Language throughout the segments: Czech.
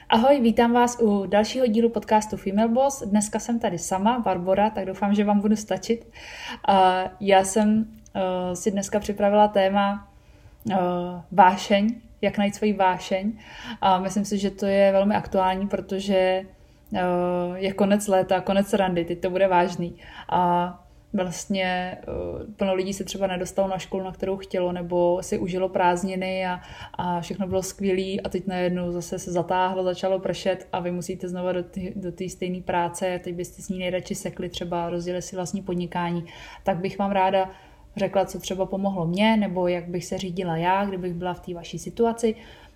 Ahoj, vítám vás u dalšího dílu podcastu Female Boss. Dneska jsem tady sama, Barbora, tak doufám, že vám budu stačit. Já jsem si dneska připravila téma vášeň, jak najít svoji vášeň. A myslím si, že to je velmi aktuální, protože je konec léta, konec randy, teď to bude vážný. A vlastně plno lidí se třeba nedostalo na školu, na kterou chtělo, nebo si užilo prázdniny a všechno bylo skvělé a teď najednou zase se zatáhlo, začalo pršet a vy musíte znova do té stejné práce, teď byste s ní nejradši sekli, třeba rozjeli si vlastní podnikání, tak bych vám ráda řekla, co třeba pomohlo mně, nebo jak bych se řídila já, kdybych byla v té vaší situaci.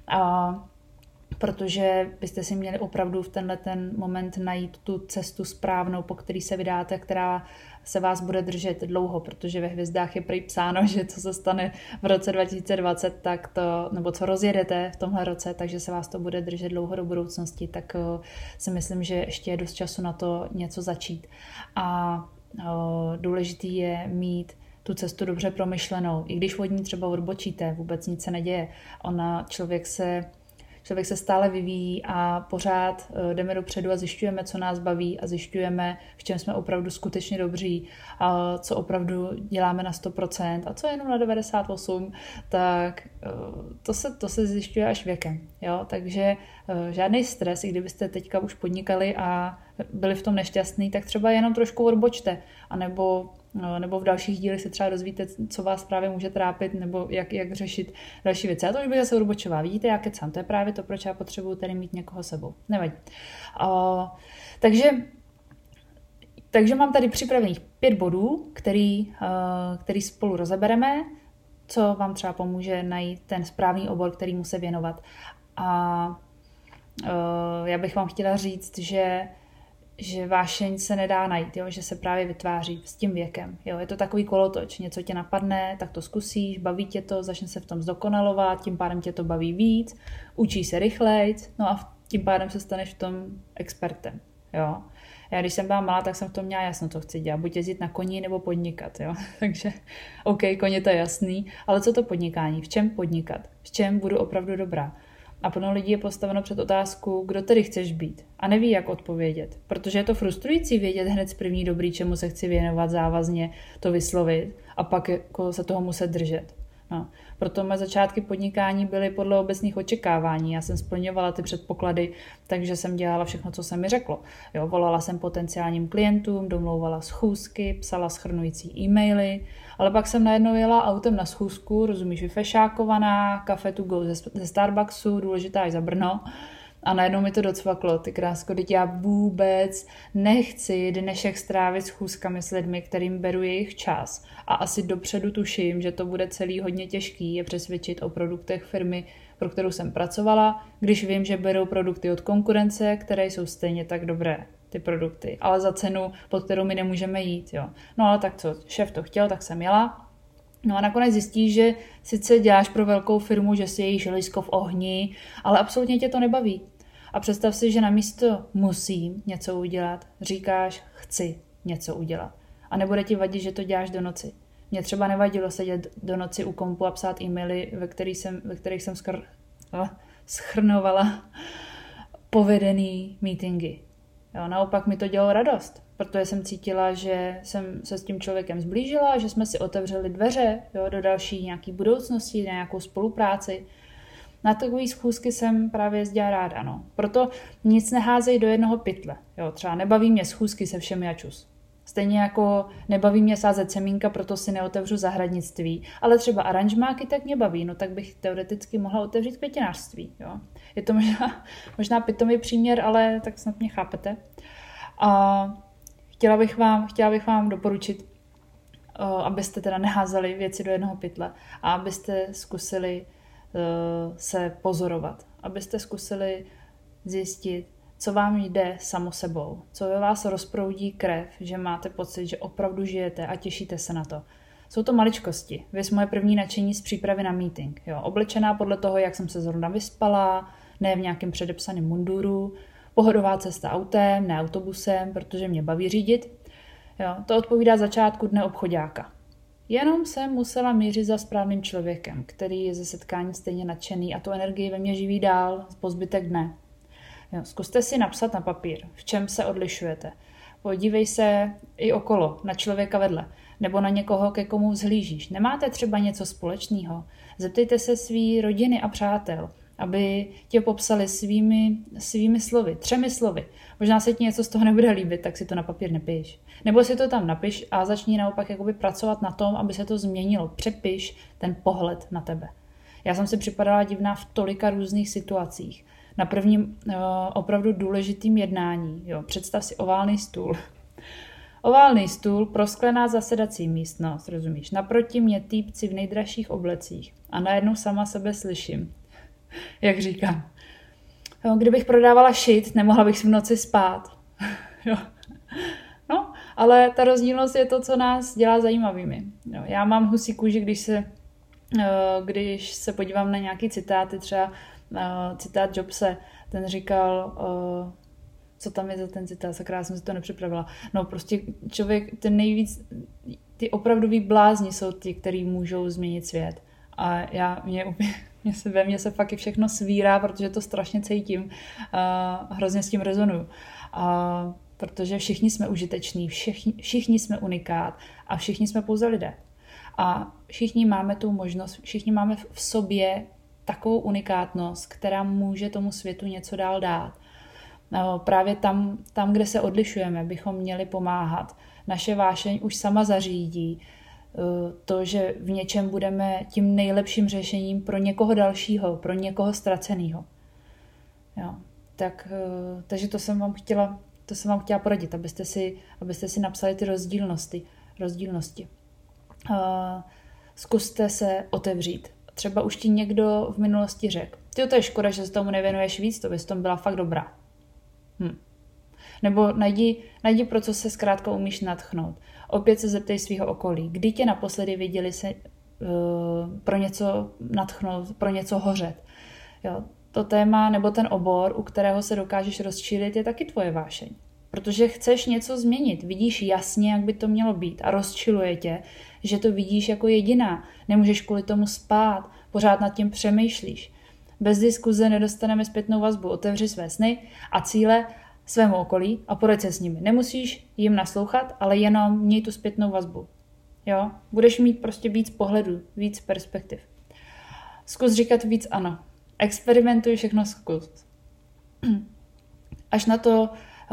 Protože byste si měli opravdu v tenhle ten moment najít tu cestu správnou, po který se vydáte, která se vás bude držet dlouho, protože ve hvězdách je prý psáno, že co se stane v roce 2020, tak to, nebo co rozjedete v tomhle roce, takže se vás to bude držet dlouho do budoucnosti, tak si myslím, že ještě je dost času na to něco začít. A důležitý je mít tu cestu dobře promyšlenou. I když od ní třeba odbočíte, vůbec nic se neděje. Člověk se stále vyvíjí a pořád jdeme dopředu a zjišťujeme, co nás baví a zjišťujeme, v čem jsme opravdu skutečně dobří a co opravdu děláme na 100% a co jenom na 98%, tak to se zjišťuje až věkem. Jo? Takže žádný stres, i kdybyste teďka už podnikali a byli v tom nešťastný, tak třeba jenom trošku odbočte, nebo v dalších dílech se třeba dozvíte, co vás právě může trápit, nebo jak řešit další věci. A to už bych zase odbočová. Vidíte, já kecám. To je právě to, proč já potřebuji tady mít někoho sebou. Nevadí. Takže mám tady připravených 5 bodů, který spolu rozebereme, co vám třeba pomůže najít ten správný obor, kterýmu se věnovat. A já bych vám chtěla říct, že vášeň se nedá najít, jo? Že se právě vytváří s tím věkem. Jo? Je to takový kolotoč, něco tě napadne, tak to zkusíš, baví tě to, začne se v tom zdokonalovat, tím pádem tě to baví víc, učíš se rychlejc, no a tím pádem se staneš v tom expertem. Jo? Já když jsem byla malá, tak jsem v tom měla jasno, co chci dělat, buď jezdit na koni nebo podnikat. Jo? Takže OK, koně to je jasný, ale co to podnikání, v čem podnikat, v čem budu opravdu dobrá. A plno lidí je postaveno před otázku, kdo tedy chceš být a neví, jak odpovědět. Protože je to frustrující vědět hned z první dobrý, čemu se chci věnovat, závazně to vyslovit a pak jako se toho muset držet. No. Proto mé začátky podnikání byly podle obecných očekávání. Já jsem splňovala ty předpoklady, takže jsem dělala všechno, co se mi řeklo. Jo, volala jsem potenciálním klientům, domlouvala schůzky, psala shrnující e-maily, ale pak jsem najednou jela autem na schůzku, rozumíš, vyfešákovaná, kafe to go ze Starbucksu, důležitá až za Brno. A najednou mi to docvaklo, ty krásko, teď já vůbec nechci dnešek strávit schůzkami s lidmi, kterým beru jejich čas. A asi dopředu tuším, že to bude celý hodně těžký je přesvědčit o produktech firmy, pro kterou jsem pracovala, když vím, že berou produkty od konkurence, které jsou stejně tak dobré, ty produkty, ale za cenu, pod kterou my nemůžeme jít. Jo. No ale tak co, šéf to chtěl, tak jsem jela. No a nakonec zjistíš, že sice děláš pro velkou firmu, že si její želízko v ohni, ale absolutně tě to nebaví. A představ si, že namísto musím něco udělat, říkáš chci něco udělat. A nebude ti vadit, že to děláš do noci. Mně třeba nevadilo sedět do noci u kompu a psát e-maily, ve kterých jsem schrnovala povedený meetingy. Jo, naopak mi to dělalo radost, protože jsem cítila, že jsem se s tím člověkem zblížila, že jsme si otevřeli dveře, jo, do další nějaký budoucnosti, na nějakou spolupráci. Na takové schůzky jsem právě jezdila ráda. No. Proto nic neházej do jednoho pytle. Jo, třeba nebaví mě schůzky se všemi a čus. Stejně jako nebaví mě sázet semínka, proto si neotevřu zahradnictví. Ale třeba aranžmáky tak mě baví, no tak bych teoreticky mohla otevřít květinářství. Jo. Je to možná pitomý příměr, ale tak snad mě chápete. A chtěla bych vám doporučit, abyste teda neházeli věci do jednoho pytle a abyste zkusili se pozorovat, abyste zkusili zjistit, co vám jde samo sebou, co ve vás rozproudí krev, že máte pocit, že opravdu žijete a těšíte se na to. Jsou to maličkosti. Viz moje první nadšení z přípravy na meeting. Jo, oblečená podle toho, jak jsem se zrovna vyspala, ne v nějakém předepsaném munduru, pohodová cesta autem, ne autobusem, protože mě baví řídit. Jo, to odpovídá začátku dne obchoďáka. Jenom jsem musela mířit za správným člověkem, který je ze setkání stejně nadšený a tu energii ve mně živí dál po zbytek dne. Jo, zkuste si napsat na papír, v čem se odlišujete. Podívej se i okolo, na člověka vedle, nebo na někoho, ke komu vzhlížíš. Nemáte třeba něco společného? Zeptejte se svý rodiny a přátel, aby tě popsali svými slovy, 3 slovy. Možná se ti něco z toho nebude líbit, tak si to na papír nepiš. Nebo si to tam napiš a začni naopak jakoby pracovat na tom, aby se to změnilo. Přepiš ten pohled na tebe. Já jsem si připadala divná v tolika různých situacích. Na prvním opravdu důležitým jednání. Jo, představ si oválný stůl. Oválný stůl, prosklená zasedací místnost, rozumíš? Naproti mě týpci v nejdražších oblecích. A najednou sama sebe slyším. Jak říkám. Jo, kdybych prodávala šit, nemohla bych si v noci spát. Jo. No, ale ta rozdílnost je to, co nás dělá zajímavými. Jo, já mám husí kůži, když se podívám na nějaký citáty, třeba citát Jobse, ten říkal, co tam je za ten citát, sakra, jsem si to nepřipravila. No prostě člověk, ten nejvíc, ty opravdoví blázni jsou ty, který můžou změnit svět. A ve mně se fakt i všechno svírá, protože to strašně cítím. Hrozně s tím rezonuju. Protože všichni jsme užiteční, všichni jsme unikát a všichni jsme pouze lidé. A všichni máme tu možnost, všichni máme v sobě takovou unikátnost, která může tomu světu něco dál dát. Právě tam, kde se odlišujeme, bychom měli pomáhat. Naše vášeň už sama zařídí to, že v něčem budeme tím nejlepším řešením pro někoho dalšího, pro někoho ztraceného. Jo. Takže to jsem vám chtěla poradit, abyste si napsali ty rozdílnosti. Zkuste se otevřít. Třeba už ti někdo v minulosti řekl, to je škoda, že se tomu nevěnuješ víc, to bys tom byla fakt dobrá. Nebo najdi pro co se zkrátka umíš nadchnout. Opět se zeptej svého okolí. Kdy tě naposledy viděli se pro něco nadchnout, pro něco hořet. Jo, to téma nebo ten obor, u kterého se dokážeš rozčílit, je taky tvoje vášeň. Protože chceš něco změnit, vidíš jasně, jak by to mělo být a rozčiluje tě, že to vidíš jako jediná. Nemůžeš kvůli tomu spát, pořád nad tím přemýšlíš. Bez diskuze nedostaneme zpětnou vazbu, otevři své sny a cíle svému okolí a poraď se s nimi. Nemusíš jim naslouchat, ale jenom měj tu zpětnou vazbu. Jo? Budeš mít prostě víc pohledů, víc perspektiv. Zkus říkat víc ano. Experimentuj, všechno zkus. Až na to,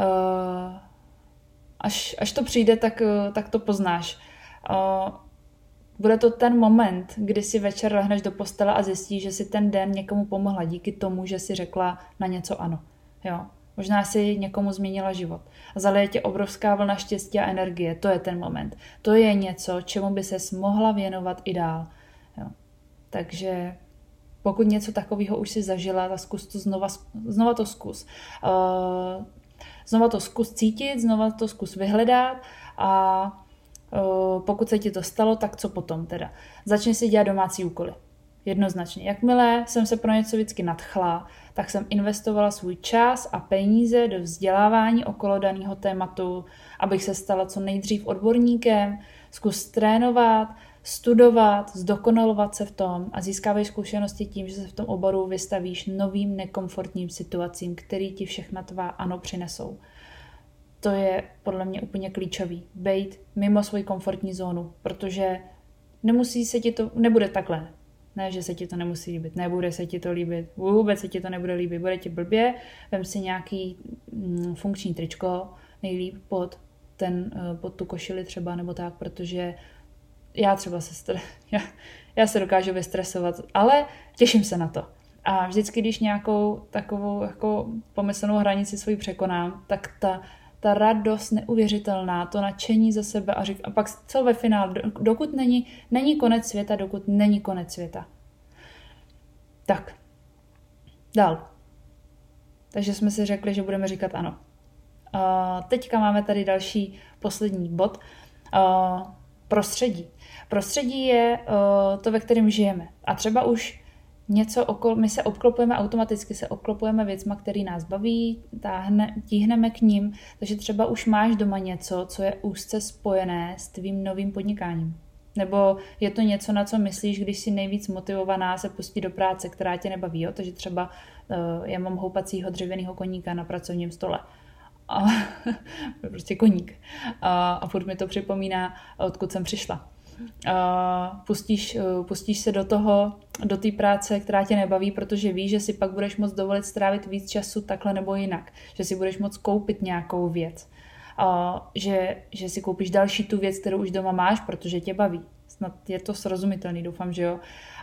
až to přijde, tak to poznáš. Bude to ten moment, kdy si večer lehneš do postele a zjistíš, že si ten den někomu pomohla díky tomu, že si řekla na něco ano. Jo? Možná si někomu změnila život. A zalije tě obrovská vlna štěstí a energie. To je ten moment. To je něco, čemu by ses mohla věnovat i dál. Jo. Takže pokud něco takového už si zažila, tak zkus to znova to zkus. Znova to zkus cítit, znova to zkus vyhledat a pokud se ti to stalo, tak co potom teda? Začni si dělat domácí úkoly. Jednoznačně. Jakmile jsem se pro něco vždycky nadchla, tak jsem investovala svůj čas a peníze do vzdělávání okolo daného tématu, abych se stala co nejdřív odborníkem, zkus trénovat, studovat, zdokonalovat se v tom a získávají zkušenosti tím, že se v tom oboru vystavíš novým nekomfortním situacím, který ti všechna tvá ano přinesou. To je podle mě úplně klíčový. Bejt mimo svoji komfortní zónu, protože nebude takhle. Ne, že se ti to nemusí líbit, nebude se ti to líbit, vůbec se ti to nebude líbit, bude ti blbě, vem si nějaký funkční tričko, nejlíp pod tu košili třeba, nebo tak, protože já se dokážu vystresovat, ale těším se na to. A vždycky, když nějakou takovou jako pomyslnou hranici svoji překonám, tak ta radost neuvěřitelná, to nadšení za sebe a pak co ve finále, dokud není konec světa, dokud není konec světa. Tak, dál. Takže jsme si řekli, že budeme říkat ano. Teďka máme tady další poslední bod. Prostředí. Prostředí je to, ve kterém žijeme. A třeba už my se automaticky se obklopujeme věcma, které nás baví, tíhneme k ním, takže třeba už máš doma něco, co je úzce spojené s tvým novým podnikáním. Nebo je to něco, na co myslíš, když jsi nejvíc motivovaná se pustit do práce, která tě nebaví. Jo? Takže třeba Já mám houpacího dřevěného koníka na pracovním stole. A prostě koník. A furt mi to připomíná, odkud jsem přišla. Pustíš se do té práce, která tě nebaví, protože víš, že si pak budeš moct dovolit strávit víc času takhle nebo jinak. Že si budeš moct koupit nějakou věc. Že si koupíš další tu věc, kterou už doma máš, protože tě baví. Snad je to srozumitelný, doufám, že jo.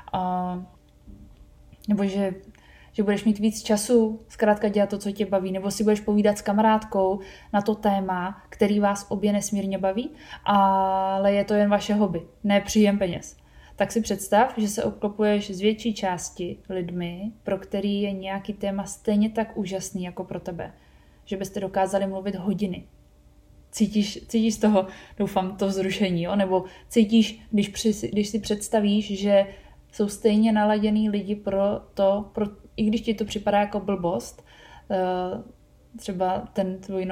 Nebo že budeš mít víc času zkrátka dělat to, co tě baví, nebo si budeš povídat s kamarádkou na to téma, který vás obě nesmírně baví, ale je to jen vaše hobby, ne příjem peněz. Tak si představ, že se obklopuješ z větší části lidmi, pro který je nějaký téma stejně tak úžasný jako pro tebe. Že byste dokázali mluvit hodiny. Cítíš z toho, doufám, to vzrušení, jo? Nebo cítíš, když si představíš, že jsou stejně naladěný lidi i když ti to připadá jako blbost, třeba ten tvůj,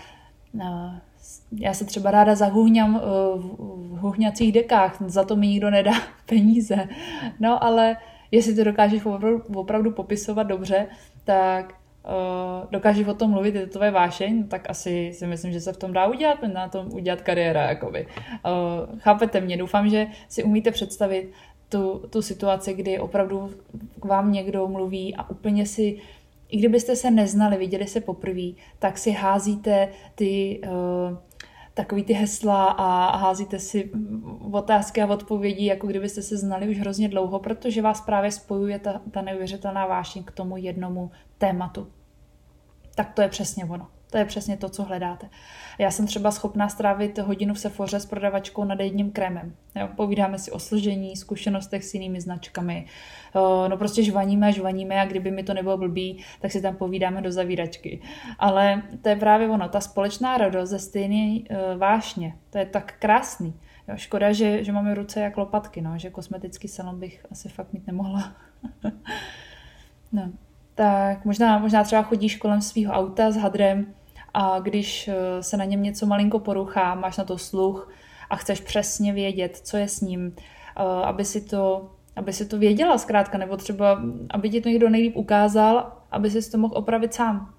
já se třeba ráda zahuhňám v huhňacích dekách, za to mi nikdo nedá peníze. No ale jestli to dokážeš opravdu popisovat dobře, tak dokážeš o tom mluvit, je to tvoje vášeň, tak asi si myslím, že se v tom dá na tom udělat kariéra. Jakoby. Chápete mě, doufám, že si umíte představit tu situaci, kdy opravdu k vám někdo mluví a úplně si, i kdybyste se neznali, viděli se poprvé, tak si házíte takový ty hesla a házíte si otázky a odpovědi, jako kdybyste se znali už hrozně dlouho, protože vás právě spojuje ta neuvěřitelná vášeň k tomu jednomu tématu. Tak to je přesně ono. To je přesně to, co hledáte. Já jsem třeba schopná strávit hodinu v Sephoře s prodavačkou nad jedním krémem. Jo, povídáme si o složení, zkušenostech s jinými značkami. No prostě žvaníme a kdyby mi to nebylo blbý, tak si tam povídáme do zavíračky. Ale to je právě ono, ta společná radost ze stejné vášně. To je tak krásný. Jo, škoda, že máme ruce jak lopatky, no, že kosmetický salon bych asi fakt mít nemohla. No. Tak možná třeba chodíš kolem svého auta s hadrem a když se na něm něco malinko poruchá, máš na to sluch a chceš přesně vědět, co je s ním, aby si to věděla zkrátka, nebo třeba, aby ti to někdo nejlíp ukázal, aby si to mohl opravit sám.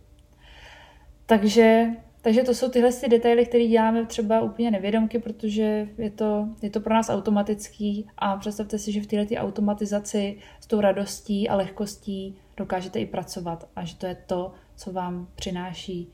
Takže to jsou tyhle detaily, které děláme třeba úplně nevědomky, protože je to pro nás automatický a představte si, že v této automatizaci s tou radostí a lehkostí dokážete i pracovat a že to je to, co vám přináší,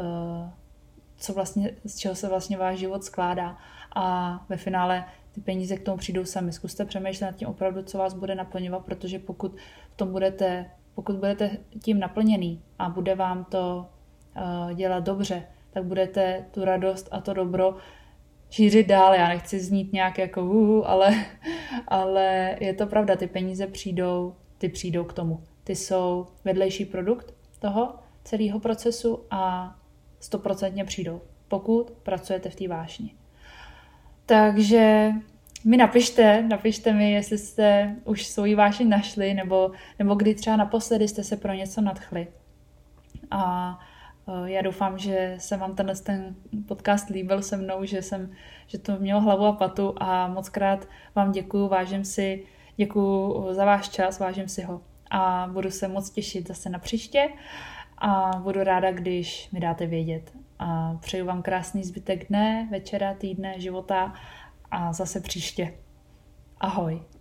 z čeho se vlastně váš život skládá a ve finále ty peníze k tomu přijdou sami. Zkuste přemýšlet nad tím opravdu, co vás bude naplňovat, protože pokud budete tím naplněný a bude vám to dělat dobře, tak budete tu radost a to dobro šířit dál. Já nechci znít nějak jako ale je to pravda, ty peníze přijdou k tomu. Ty jsou vedlejší produkt toho celého procesu a 100% přijdou, pokud pracujete v té vášni. Takže mi napište mi, jestli jste už svoji vášeň našli, nebo kdy třeba naposledy jste se pro něco nadchli. A já doufám, že se vám ten podcast líbil se mnou, že to mělo hlavu a patu a mockrát vám děkuju za váš čas, vážím si ho. A budu se moc těšit zase na příště a budu ráda, když mi dáte vědět. A přeju vám krásný zbytek dne, večera, týdne, života a zase příště. Ahoj.